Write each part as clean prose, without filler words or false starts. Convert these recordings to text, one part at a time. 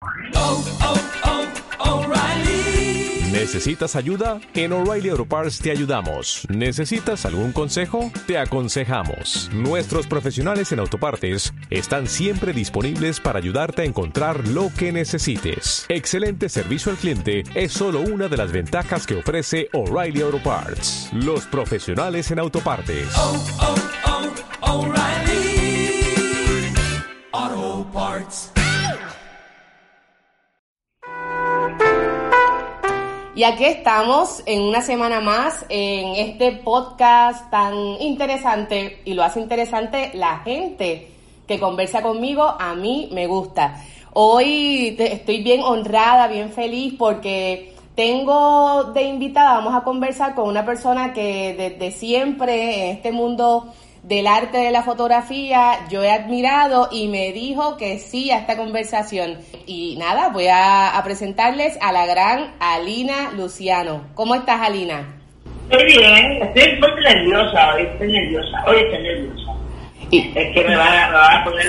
O'Reilly. ¿Necesitas ayuda? En O'Reilly Auto Parts te ayudamos. ¿Necesitas algún consejo? Te aconsejamos. Nuestros profesionales en autopartes están siempre disponibles para ayudarte a encontrar lo que necesites. Excelente servicio al cliente es solo una de las ventajas que ofrece O'Reilly Auto Parts. Los profesionales en autopartes. O'Reilly Auto Parts. Y aquí estamos en una semana más en este podcast tan interesante, y lo hace interesante la gente que conversa conmigo. A mí me gusta. Hoy estoy bien honrada, bien feliz porque tengo de invitada, vamos a conversar con una persona que desde siempre en este mundo del arte de la fotografía yo he admirado y me dijo que sí a esta conversación. Y nada, voy a presentarles a la gran Alina Luciano. ¿Cómo estás, Alina? Estoy bien, estoy muy nerviosa, hoy estoy nerviosa. Es que me van a poner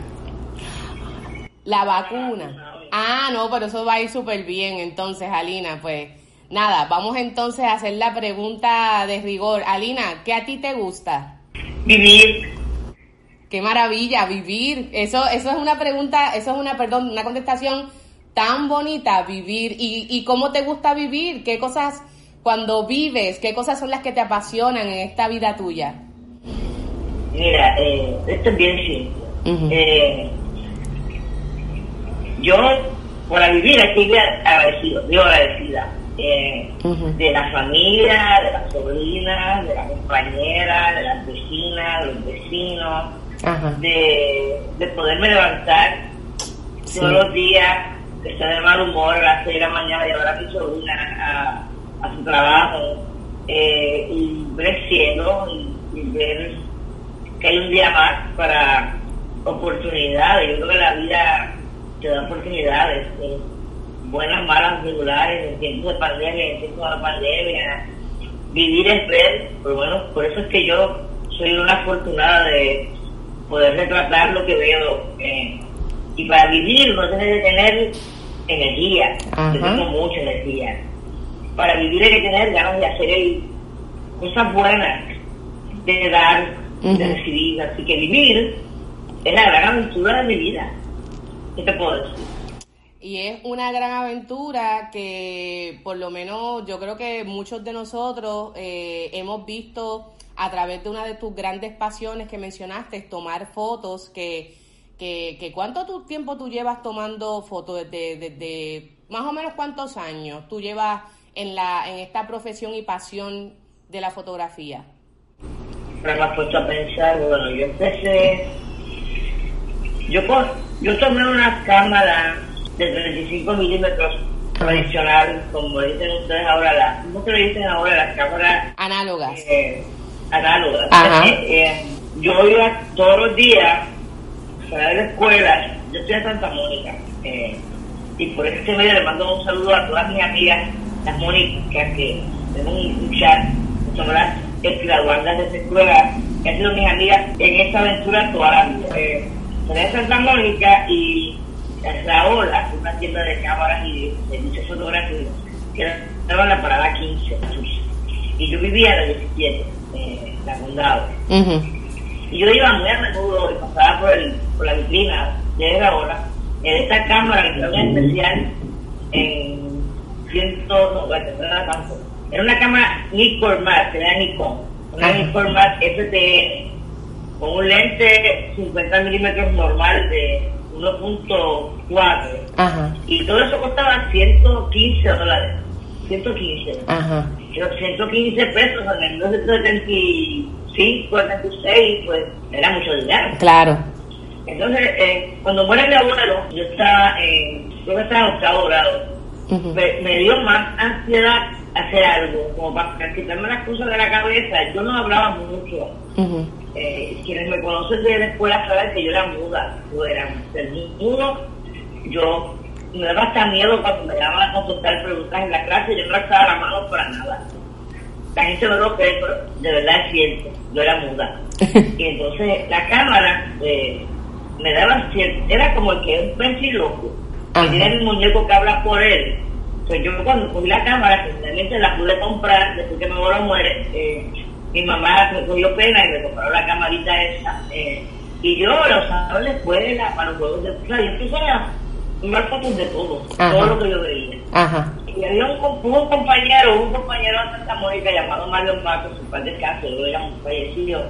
la vacuna. Ah, no, pero eso va a ir súper bien entonces, Alina. Pues nada, vamos entonces a hacer la pregunta de rigor. Alina, ¿qué a ti te gusta? Vivir. Qué maravilla, vivir. Eso es una pregunta, una contestación tan bonita, vivir. ¿Y cómo te gusta vivir? ¿Qué cosas, cuando vives, qué cosas son las que te apasionan en esta vida tuya? Mira, esto es bien simple. Uh-huh. Yo, para vivir, estoy agradecida. Uh-huh. De la familia, de las sobrinas, de las compañeras, de las vecinas, de los vecinos, uh-huh. de poderme levantar todos los días, que esté de mal humor a las 6 de la mañana, llevar a mi sobrina a su trabajo, y ver el cielo y ver que hay un día más para oportunidades. Yo creo que la vida te da oportunidades, buenas, malas, regulares, en tiempos de pandemia, en tiempos de la pandemia. Vivir es ver, pues bueno, por eso es que yo soy una afortunada de poder retratar lo que veo. Y para vivir uno tiene que tener energía. Uh-huh. Yo tengo mucha energía. Para vivir hay que tener ganas de hacer cosas buenas, de dar, uh-huh. de recibir. Así que vivir es la gran aventura de mi vida. ¿Qué te puedo decir? Y es una gran aventura que, por lo menos, yo creo que muchos de nosotros hemos visto a través de una de tus grandes pasiones que mencionaste, tomar fotos. Que ¿cuánto tiempo tú llevas tomando fotos? Desde más o menos ¿cuántos años tú llevas en esta profesión y pasión de la fotografía? Me has puesto a pensar. Bueno, yo empecé. Yo tomé una cámara de 35 milímetros tradicional, como dicen ustedes ahora, ¿cómo se le dicen ahora? Las cámaras análogas. Análogas. Uh-huh. Yo iba todos los días a la escuela. Yo estoy en Santa Mónica, y por ese medio le mando un saludo a todas mis amigas, las Mónicas, que tengo un chat, son las graduandas de esa escuela, que han sido mis amigas en esta aventura toda la vida. Estoy en Santa Mónica y Raola, una tienda de cámaras y de servicios fotográficos, que estaba en la parada 15, y yo vivía en la 17, la Condado. Uh-huh. Y yo iba muy a menudo y pasaba por la vitrina de Raola, en esta cámara que era una especial en era una cámara Nikon Mat, era Nikon, una Nikon Mat FTN, con un lente 50 milímetros normal de 1.4. Ajá. Y todo eso costaba $115. 115. Ajá. 115 pesos en el 1975, 76, pues era mucho dinero. Claro. Entonces, cuando muere mi abuelo, yo estaba creo que estaba en octavo grado. Uh-huh. Me dio más ansiedad hacer algo, como para quitarme las cosas de la cabeza. Yo no hablaba mucho. Uh-huh. Quienes me conocen de la escuela saben que yo era muda. Yo era mudo. Yo me daba hasta miedo cuando me llamaban a contestar preguntas en la clase. Yo no alzaba la mano para nada. La gente no lo cree, pero de verdad es cierto. Yo era muda. Y entonces la cámara me daba cierto, era como el que es un ventriloquio. que tiene el muñeco que habla por él. Pues yo cuando cogí la cámara, que finalmente la pude comprar, después que mi abuelo muere, mi mamá me cogió pena y me compró la camarita esa, y yo la usaba en la escuela, para los juegos de escuela, y empecé a tomar fotos de todo, todo lo que yo veía. Ajá. Y había un compañero de Santa Mónica llamado Mario Marcos, su padre de casa, yo era un fallecido,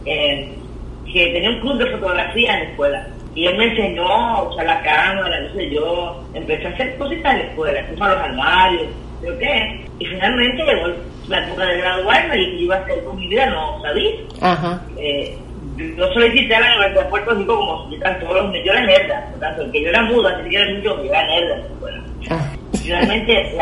que tenía un club de fotografía en la escuela. Y él me enseñó a usar la cámara, entonces yo empecé a hacer cositas en la escuela, puse los armarios, ¿pero qué? Y finalmente llegó la época de graduarme y qué iba a hacer con mi vida, no sabía. Ajá. Yo solicité a la Universidad de Puerto Rico como solicitan todos los niños, yo era nerda, por tanto, el que yo era muda, así que era mucho, yo era nerda en la escuela. Finalmente,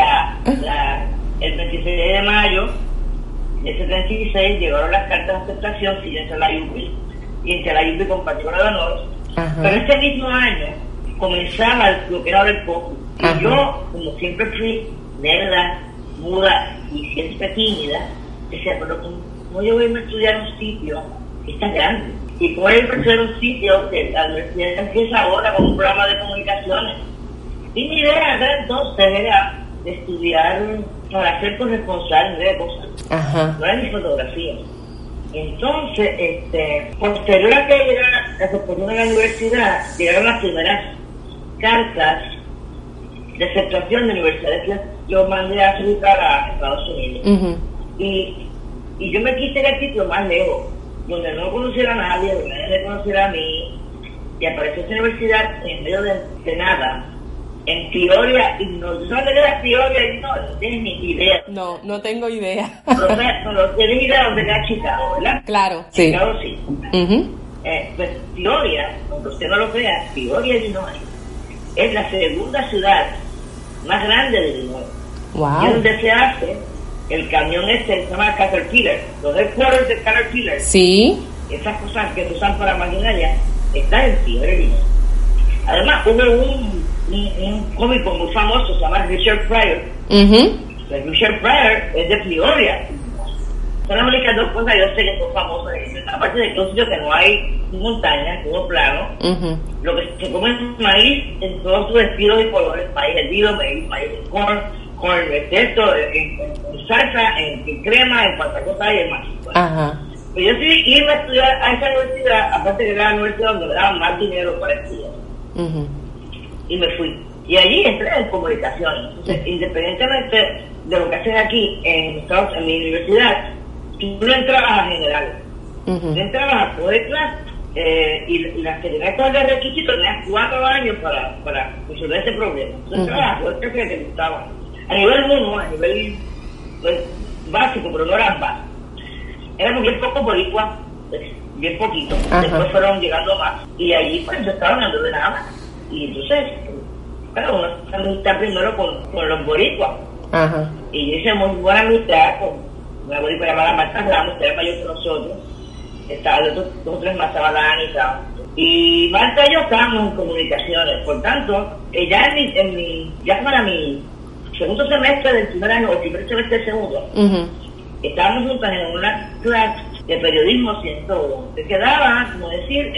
el 26 de mayo de ese 36 llegaron las cartas de aceptación, sí, entre la UPI, y entre la UPI compartió la de honor. Pero ese mismo año comenzaba lo que era ahora el COVID. Y yo, como siempre fui nerda, muda y siempre tímida, decía, pero ¿cómo yo voy a estudiar en un sitio que está grande? Y cómo voy a estudiar en un sitio que la universidad empieza ahora con un programa de comunicaciones. Y mi idea entonces era de estudiar para ser corresponsal de cosas. No era ni fotografía. Entonces, posterior a que llegara la aceptación de la universidad, llegaron las primeras cartas de aceptación de universidades que yo mandé a solicitar a Estados Unidos. Y yo me quise ir al sitio más lejos, donde no conociera a nadie, donde nadie me conociera a mí, y apareció esa universidad en medio de nada, en Peoria, y no sabes qué era Peoria, y no tienes ni idea. No tengo idea. No tienes idea de dónde queda Chicago, ¿verdad? Claro, sí. Chicago sí. Pues Peoria, aunque usted no lo crea, Peoria, Illinois, es la segunda ciudad más grande de Illinois. Wow. Y es donde se hace el camión que se llama Caterpillar, los headquarters de Caterpillar. Sí. Esas cosas que se usan para maquinaria están en Peoria, Illinois. Además, hubo un cómico muy famoso, se llama Richard Pryor. Richard Pryor es de Peoria. Son las únicas dos cosas yo sé que son famosas. Aparte de que es un sitio que no hay montañas, todo plano, lo que se come es maíz en todos sus estilos y colores: maíz hervido, maíz de corn en salsa, en crema, en cuantas cosas hay en maíz. Pero yo sí iba a estudiar a esa universidad, aparte que era la universidad donde me daban más dinero para estudiar. Y me fui. Y allí entré en comunicaciones. Entonces, independientemente de lo que hacen aquí en mi universidad, tú no entrabas a general. Tú entrabas a poder clase, y las que tenías que dar de requisito tenías 4 años para resolver ese problema. Tú entrabas a poder clase que te gustaba. A nivel 1, a nivel básico, pero no eran básicos. Éramos bien pocos boricuas, bien poquito. Después fueron llegando más. Y allí pues yo estaba hablando de nada. Y entonces, claro, uno se amistad primero con los boricuas. Y yo hice muy buena amistad con una boricua llamada Marta Ramos, que era mayor que nosotros. Estaba de dos o tres más, estaba Dani y tal. Y Marta y yo estábamos en comunicaciones. Por tanto, ya para mi segundo semestre del primer año, o el primer semestre del segundo, estábamos juntas en una clase de periodismo 101, que quedaba, como decir,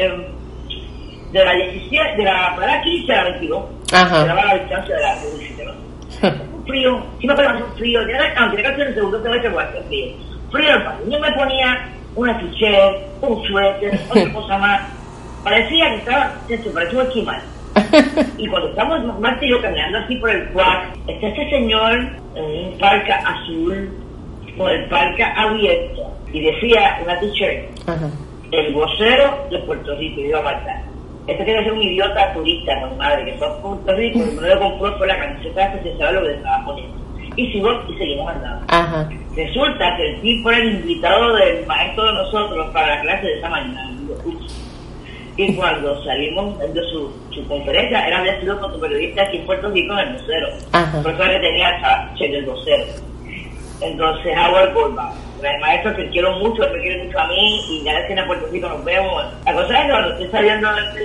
de la 17, de la para 15 a la 22, quedaba la distancia de la publicidad, ¿no? Un frío, sí me acuerdo, un frío, tenía que hacer el segundo semestre para hacer frío el país. Yo me ponía una t-shirt, un suéter, otra cosa más, parecía que estaba, parecía un esquimal. Y cuando estamos Marta y yo caminando así por el parque, está este señor en un parque azul, con el parque abierto, y decía una t-shirt, el vocero de Puerto Rico. Y digo, Marta, este quiere ser un idiota turista, no madre, que fue a Puerto Rico, y me lo compró por la camiseta que se sabe lo que estaba poniendo. Y seguimos andando. Resulta que el tipo era el invitado del maestro de nosotros para la clase de esa mañana. Y cuando salimos de su conferencia, era había sido fotoperiodista aquí en Puerto Rico en el vocero. Por eso que tenía el vocero. Entonces, Howard Goldberg, el maestro que quiero mucho, me quiere mucho a mí, y ya que en Puerto Rico nos vemos. La cosa es que cuando estoy saliendo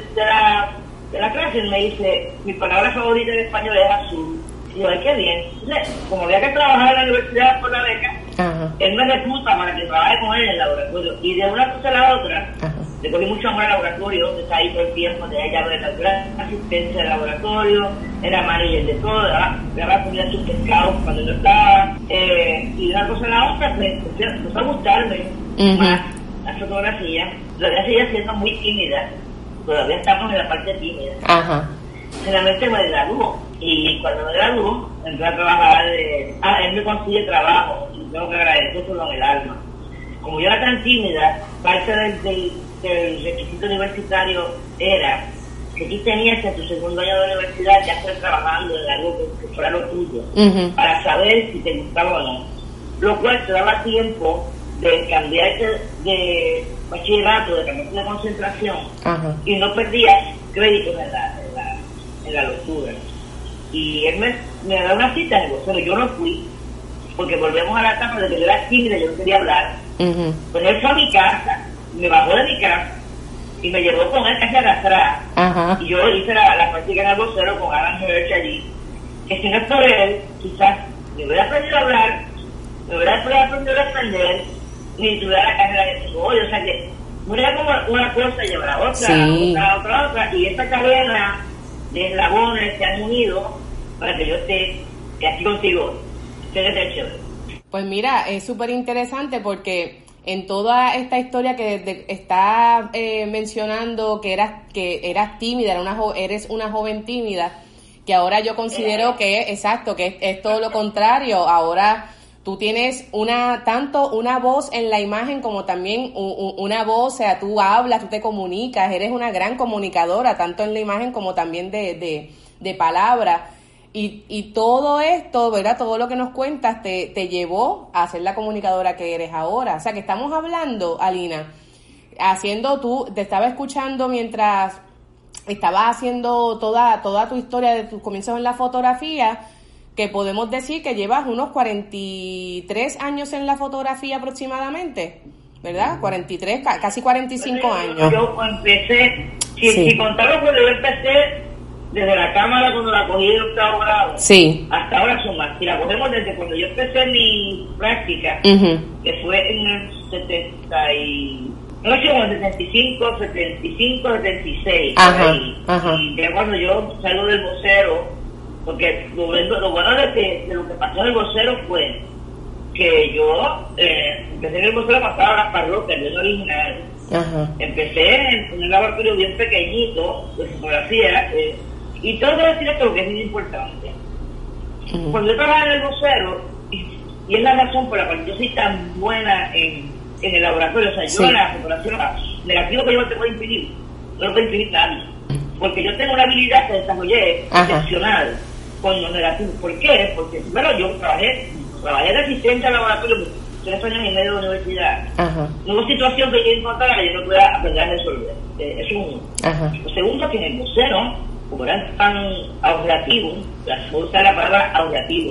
de la clase, él me dice, mi palabra favorita en español es azul. Y yo, ay, qué bien. Entonces, como había que trabajar en la universidad por la beca, él me recluta para que trabaje con él en el laboratorio. Y de una cosa a la otra, le cogí mucho amor al laboratorio, donde está ahí todo el tiempo, tenía llave de la gran asistencia del laboratorio, era manager de todo, daba comida a sus pescados cuando yo estaba, y de una cosa a la otra, pues empezó a gustarme más la fotografía. Todavía seguía siendo muy tímida, todavía estamos en la parte tímida. Finalmente me graduó, y cuando me graduó, entré a trabajar, él me consigue trabajo, y tengo que agradecérselo en el alma. Como yo era tan tímida, parte del requisito universitario era que tú tenías en tu segundo año de universidad ya estar trabajando en algo que fuera lo tuyo, para saber si te gustaba o no. Lo cual te daba tiempo de cambiarte de bachillerato, de cambiarte de concentración, y no perdías créditos en la locura. Y él me da una cita en el vocero, yo no fui, porque volvemos a la etapa de que yo era tímida, yo no quería hablar. Pues él fue a mi casa, me bajó de mi casa y me llevó con él casi arrastrada. Y yo hice la práctica en el vocero con Alan Hirsch allí, que si no es por él, quizás me hubiera aprendido a hablar, me hubiera aprendido a defender, ni tuviera la carrera que tengo hoy. O sea que muriera como una cosa lleva a la otra, otra, y esta cadena de eslabones se han unido para que yo esté aquí contigo. Pues mira, es súper interesante porque en toda esta historia que está mencionando que eras tímida, eres una joven tímida, que ahora yo considero que es todo lo contrario. Ahora tú tienes tanto una voz en la imagen como también una voz, o sea, tú hablas, tú te comunicas, eres una gran comunicadora, tanto en la imagen como también de palabra. Y todo esto, ¿verdad? Todo lo que nos cuentas te llevó a ser la comunicadora que eres ahora. O sea, que estamos hablando, Alina, te estaba escuchando mientras estabas haciendo toda tu historia de tus comienzos en la fotografía, que podemos decir que llevas unos 43 años en la fotografía aproximadamente, ¿verdad? 43, casi 45 años. Yo empecé, si contamos cuando yo empecé, desde la cámara cuando la cogí de octavo grado, hasta ahora son más. Si la cogemos desde cuando yo empecé mi práctica, que fue en el 75, 76, y ya cuando yo salgo del vocero, porque lo bueno de lo que pasó en el vocero fue que yo empecé en el vocero pasaba las parroquias, yo no original. Empecé en un laboratorio bien pequeñito de fotografía, y todo decir esto que es muy importante. Cuando yo trabajaba en el vocero, y es la razón por la cual yo soy tan buena en el laboratorio, o sea, yo la fotografía negativo que yo no te puedo impedir, no lo puede impedir nadie, porque yo tengo una habilidad que desarrollé excepcional con los negativos. ¿Por qué? Porque primero yo trabajé de asistente al laboratorio 3 años y medio de universidad. No hubo situación que yo encontrara que yo no pudiera aprender a resolver. Eso es uno. Lo segundo, que en el vocero, como eran tan ahorrativos, usa la palabra ahorrativo,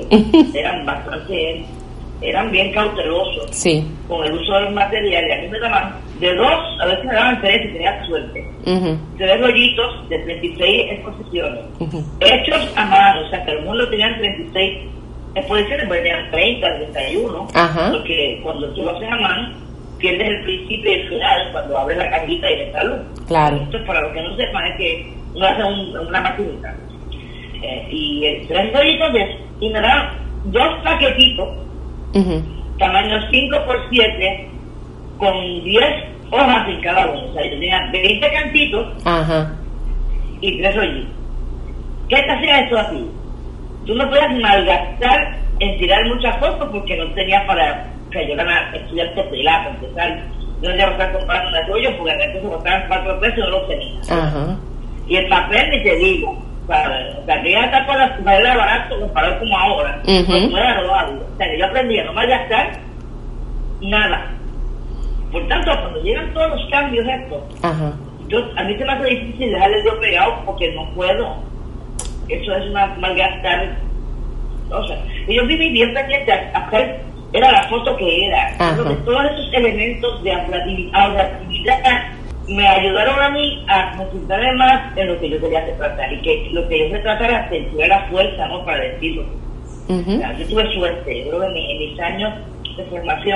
eran bien cautelosos con el uso de los materiales. A mí me daban de 2, a veces me daban 3 si tenía suerte. 3 rollitos de 36 exposiciones, hechos a mano, o sea que a lo mejor lo tenían 36 exposiciones, pero tenían 30, 31, porque cuando tú lo haces a mano, pierdes el principio y el final cuando abres la cajita y le da luz. Claro. Entonces, para los que no sepan, es que uno hace una maquinita. Y 3 rollitos de eso, y me daban 2 paquetitos, tamaño 5x7, con 10 hojas en cada uno. O sea, yo tenía 20 cantitos y 3 rollitos. ¿Qué te hacía esto así? Tú no podías malgastar en tirar muchas fotos porque no tenías para... O sea, yo era una estudiante pelada para empezar. Yo no tenía que estar comprando un rollo porque a veces se costaban 4 pesos y no los tenía. Y el papel ni te digo. O sea, que ya está para era barato comparado como ahora. No era robado. O sea, que yo aprendí a no malgastar nada. Por tanto, cuando llegan todos los cambios estos, a mí se me hace difícil dejarle yo pegado porque no puedo. Eso es una malgastar. O sea, yo viví bien pendiente a hacer, era la foto que era. Entonces, todos esos elementos de ahorratividad me ayudaron a mí a concentrarme más en lo que yo quería retratar, y que lo que yo retratara tuviera fuerza, ¿no?, para decirlo. O sea, yo tuve suerte. Yo creo que en mis años de formación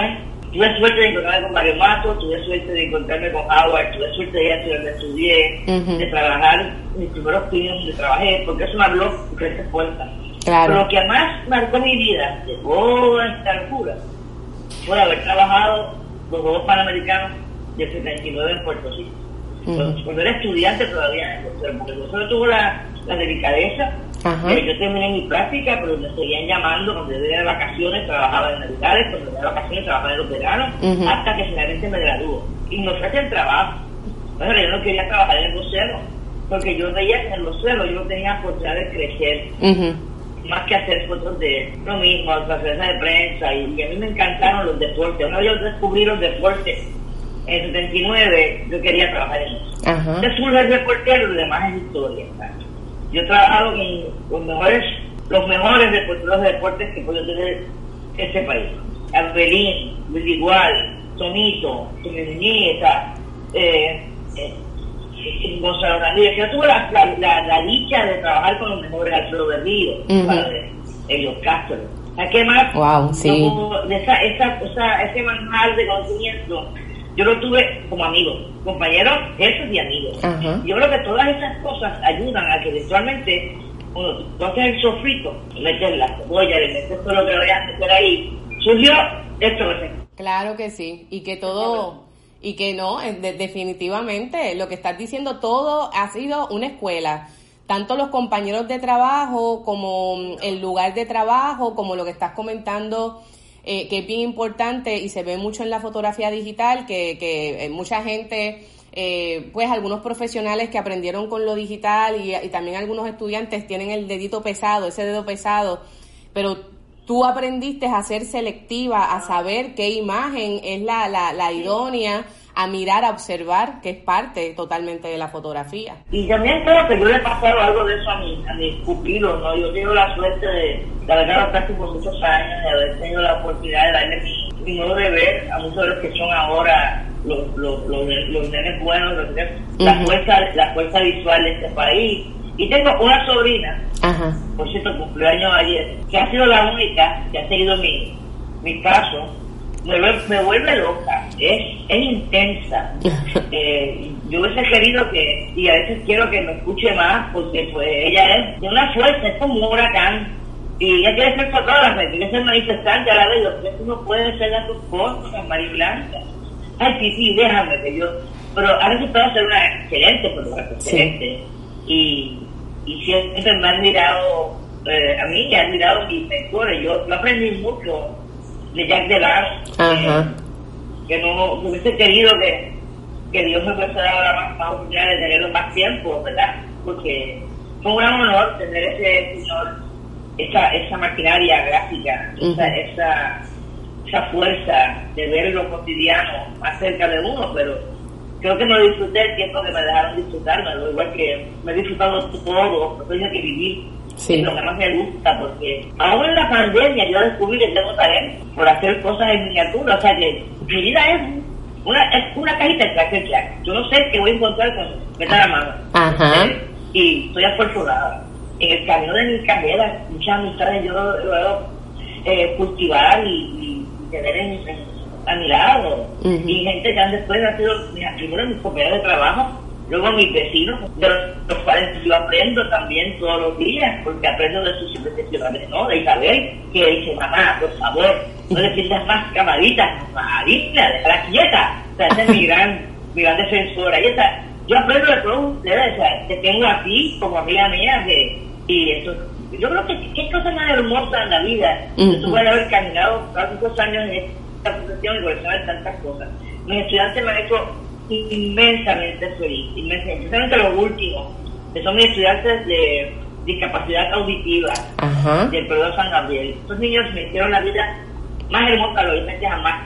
Tuve suerte de encontrarme con Mario Mato, tuve suerte de encontrarme con Howard, tuve suerte de ir a estudiar donde estudié, de trabajar mis primeros pinios donde trabajé, porque eso me abrió diferentes puertas. Claro. Pero lo que más marcó mi vida de toda esta locura fue haber trabajado los Juegos Panamericanos del 79 en Puerto Rico. Cuando era estudiante todavía, porque nosotros tuvo la delicadeza. Yo terminé mi práctica, pero me seguían llamando cuando yo venía de vacaciones, trabajaba en Navidades, cuando venía de vacaciones trabajaba en los veranos, hasta que finalmente me graduó. Y me ofrecen trabajo. Bueno, yo no quería trabajar en el vocero, porque yo veía que en el vocero yo no tenía posibilidad de crecer, más que hacer fotos de lo mismo, conferencias de prensa, y a mí me encantaron los deportes. Una vez yo descubrí los deportes, en 79 yo quería trabajar en eso. Entonces surge el reportero y lo demás es historia, ¿sabes? Yo he trabajado con los mejores reporteros de deportes que puede tener este país. Abelín, Luis Igual, Tonito, Tommy Muñiz, Gonzalo Ramírez. Yo tuve la dicha de trabajar con los mejores, Alfredo Berrío, Elio Castro. ¿Qué más? Wow, sí. Ese manjar de conocimiento, yo lo tuve como amigos, compañeros, jefes y amigos. Yo creo que todas esas cosas ayudan a que eventualmente, cuando tú haces el sofrito, metes la cebolla, le metes todo lo que vayas a meter ahí, surgió esto. Claro que sí, y que todo, y que no, definitivamente, lo que estás diciendo, todo ha sido una escuela. Tanto los compañeros de trabajo, como el lugar de trabajo, como lo que estás comentando, que es bien importante y se ve mucho en la fotografía digital, que mucha gente, pues algunos profesionales que aprendieron con lo digital y también algunos estudiantes tienen el dedito pesado, ese dedo pesado, pero tú aprendiste a ser selectiva, a saber qué imagen es la idónea, a mirar, a observar, que es parte totalmente de la fotografía. Y también creo que yo le he pasado algo de eso a mis pupilos, ¿no? Yo tengo la suerte de haber dado clases por muchos años, de haber tenido la oportunidad de darle mi modo de ver a muchos de los que son ahora los nenes buenos, la fuerza visual de este país. Y tengo una sobrina, por cierto, cumpleaños ayer, que ha sido la única que ha seguido mi paso. Me vuelve loca, es intensa. Yo hubiese querido que, y a veces quiero que me escuche más, porque pues ella es de una fuerza, es como un huracán, y ella quiere ser fotógrafa, quiere ser manifestante a la vez. Yo tú no puedes ser las dos cosas, María Blanca. Ay, sí, déjame que yo. Pero ha resultado ser una excelente fotógrafa, excelente. Y siempre me han admirado, a mí me han admirado mis mentores. Yo aprendí mucho de Jack Delano, que no hubiese querido que Dios me fuese dado la oportunidad de tenerlo más tiempo, ¿verdad? Porque fue un gran honor tener ese señor, esa maquinaria gráfica, esa fuerza de ver lo cotidiano más cerca de uno, pero creo que no disfruté el tiempo que me dejaron disfrutarlo, igual que me he disfrutado todo, lo tengo que vivir. Es lo que más me gusta, porque aún en la pandemia yo descubrí que tengo talento por hacer cosas en miniatura. O sea que mi vida es una cajita de Cracker Jack. Yo no sé qué voy a encontrar cuando meta la mano. Y estoy afortunada. En el camino de mi carrera, muchas amistades yo lo he cultivar y tener a mi lado. Y gente que después ha sido primero mis compañeros de trabajo, luego mis vecinos, de los cuales yo aprendo también todos los días, porque aprendo de sus profesionales, ¿no? De Isabel, que dice, mamá, por favor, no le pierdas más camaritas, Marina, déjala quieta. O sea, esa es mi gran defensora. Y esa, yo aprendo de todos ustedes, o sea, te tengo a ti como amiga mía, y eso, yo creo que qué cosa más hermosa en la vida. Tú puedes haber caminado tantos años en esta profesión y coleccionar tantas cosas. Mis estudiantes me han hecho inmensamente feliz, especialmente los últimos, que son mis estudiantes de discapacidad auditiva del Pedro San Gabriel. Estos niños me hicieron la vida más hermosa, lo hice jamás.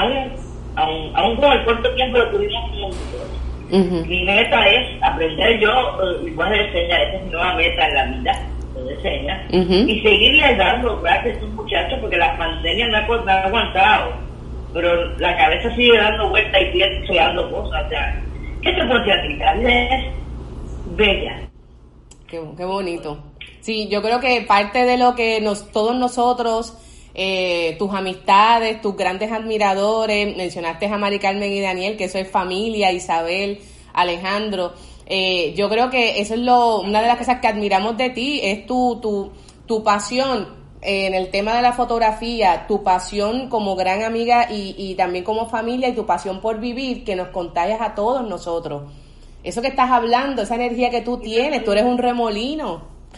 Aún con el corto tiempo lo tuvimos juntos. Mi meta es aprender yo igual de enseñar, esa es mi nueva meta en la vida, de enseñar, y seguirles dando clases a estos muchachos, porque la pandemia me ha aguantado. Pero la cabeza sigue dando vueltas y sigue creando cosas. O sea, ¿qué se puede decir? La vida es bella. Qué bonito. Sí, yo creo que parte de lo que todos nosotros tus amistades, tus grandes admiradores, mencionaste a Mari Carmen y Daniel, que eso es familia, Isabel, Alejandro. Yo creo que eso es una de las cosas que admiramos de ti, es tu pasión en el tema de la fotografía, tu pasión como gran amiga y también como familia, y tu pasión por vivir, que nos contagias a todos nosotros. Eso que estás hablando, esa energía que tú tienes, tú eres un remolino.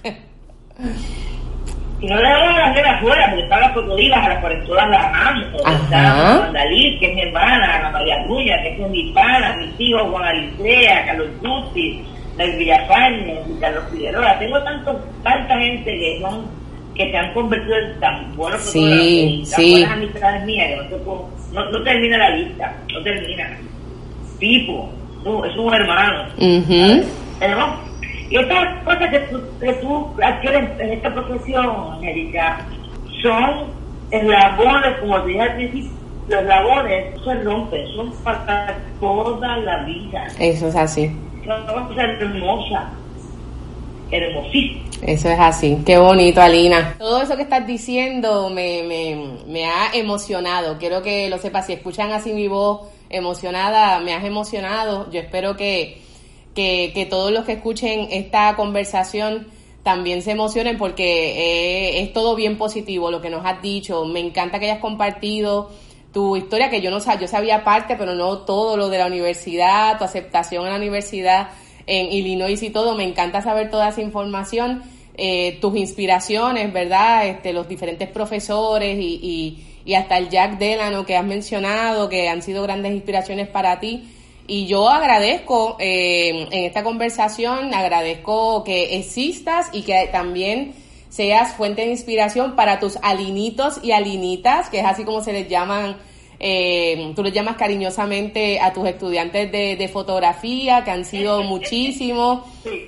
Y no le damos a hacer afuera, porque están las fotolivas, a las cuarentonas las amamos. Está Mandalí, que es mi hermana, Ana María Grulla, que es mi pana, mis hijos, Juan Alicea, Carlos Gusti, Del Villafañe, Carlos Figueroa. Tengo tanta gente que se han convertido en tan buenos fotógrafos y tan buenas amistades mías, que no termina la lista, no termina. Tipo, es un hermano. ¿No? Y otras cosas que tú adquieres en esta profesión, Erika, son eslabones, como te dije al principio, los eslabones se rompen, son para toda la vida. Eso es así. Es una cosa hermosa, hermosísima. Eso es así, qué bonito, Alina. Todo eso que estás diciendo me ha emocionado. Quiero que lo sepas, si escuchan así mi voz emocionada, me has emocionado. Yo espero que todos los que escuchen esta conversación también se emocionen, porque es todo bien positivo lo que nos has dicho. Me encanta que hayas compartido tu historia, que yo sabía parte, pero no todo lo de la universidad, tu aceptación en la universidad en Illinois y todo. Me encanta saber toda esa información, tus inspiraciones, ¿verdad? Los diferentes profesores y hasta el Jack Delano que has mencionado, que han sido grandes inspiraciones para ti. Y yo agradezco en esta conversación, agradezco que existas y que también seas fuente de inspiración para tus alinitos y alinitas, que es así como se les llaman, tú les llamas cariñosamente a tus estudiantes de fotografía, que han sido muchísimos.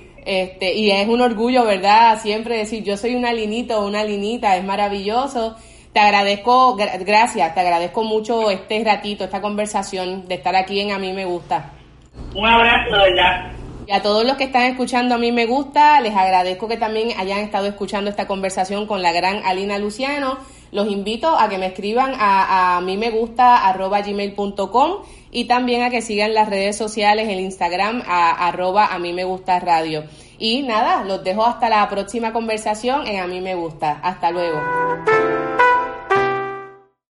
Y es un orgullo, ¿verdad? Siempre decir, yo soy un alinito o una alinita, es maravilloso. Te agradezco, gracias, te agradezco mucho este ratito, esta conversación, de estar aquí en A Mí Me Gusta. Un abrazo, de verdad. Y a todos los que están escuchando A Mí Me Gusta, les agradezco que también hayan estado escuchando esta conversación con la gran Alina Luciano. Los invito a que me escriban a mimegusta@gmail.com y también a que sigan las redes sociales, el Instagram @amimegustaradio. Y nada, los dejo hasta la próxima conversación en A Mí Me Gusta. Hasta luego.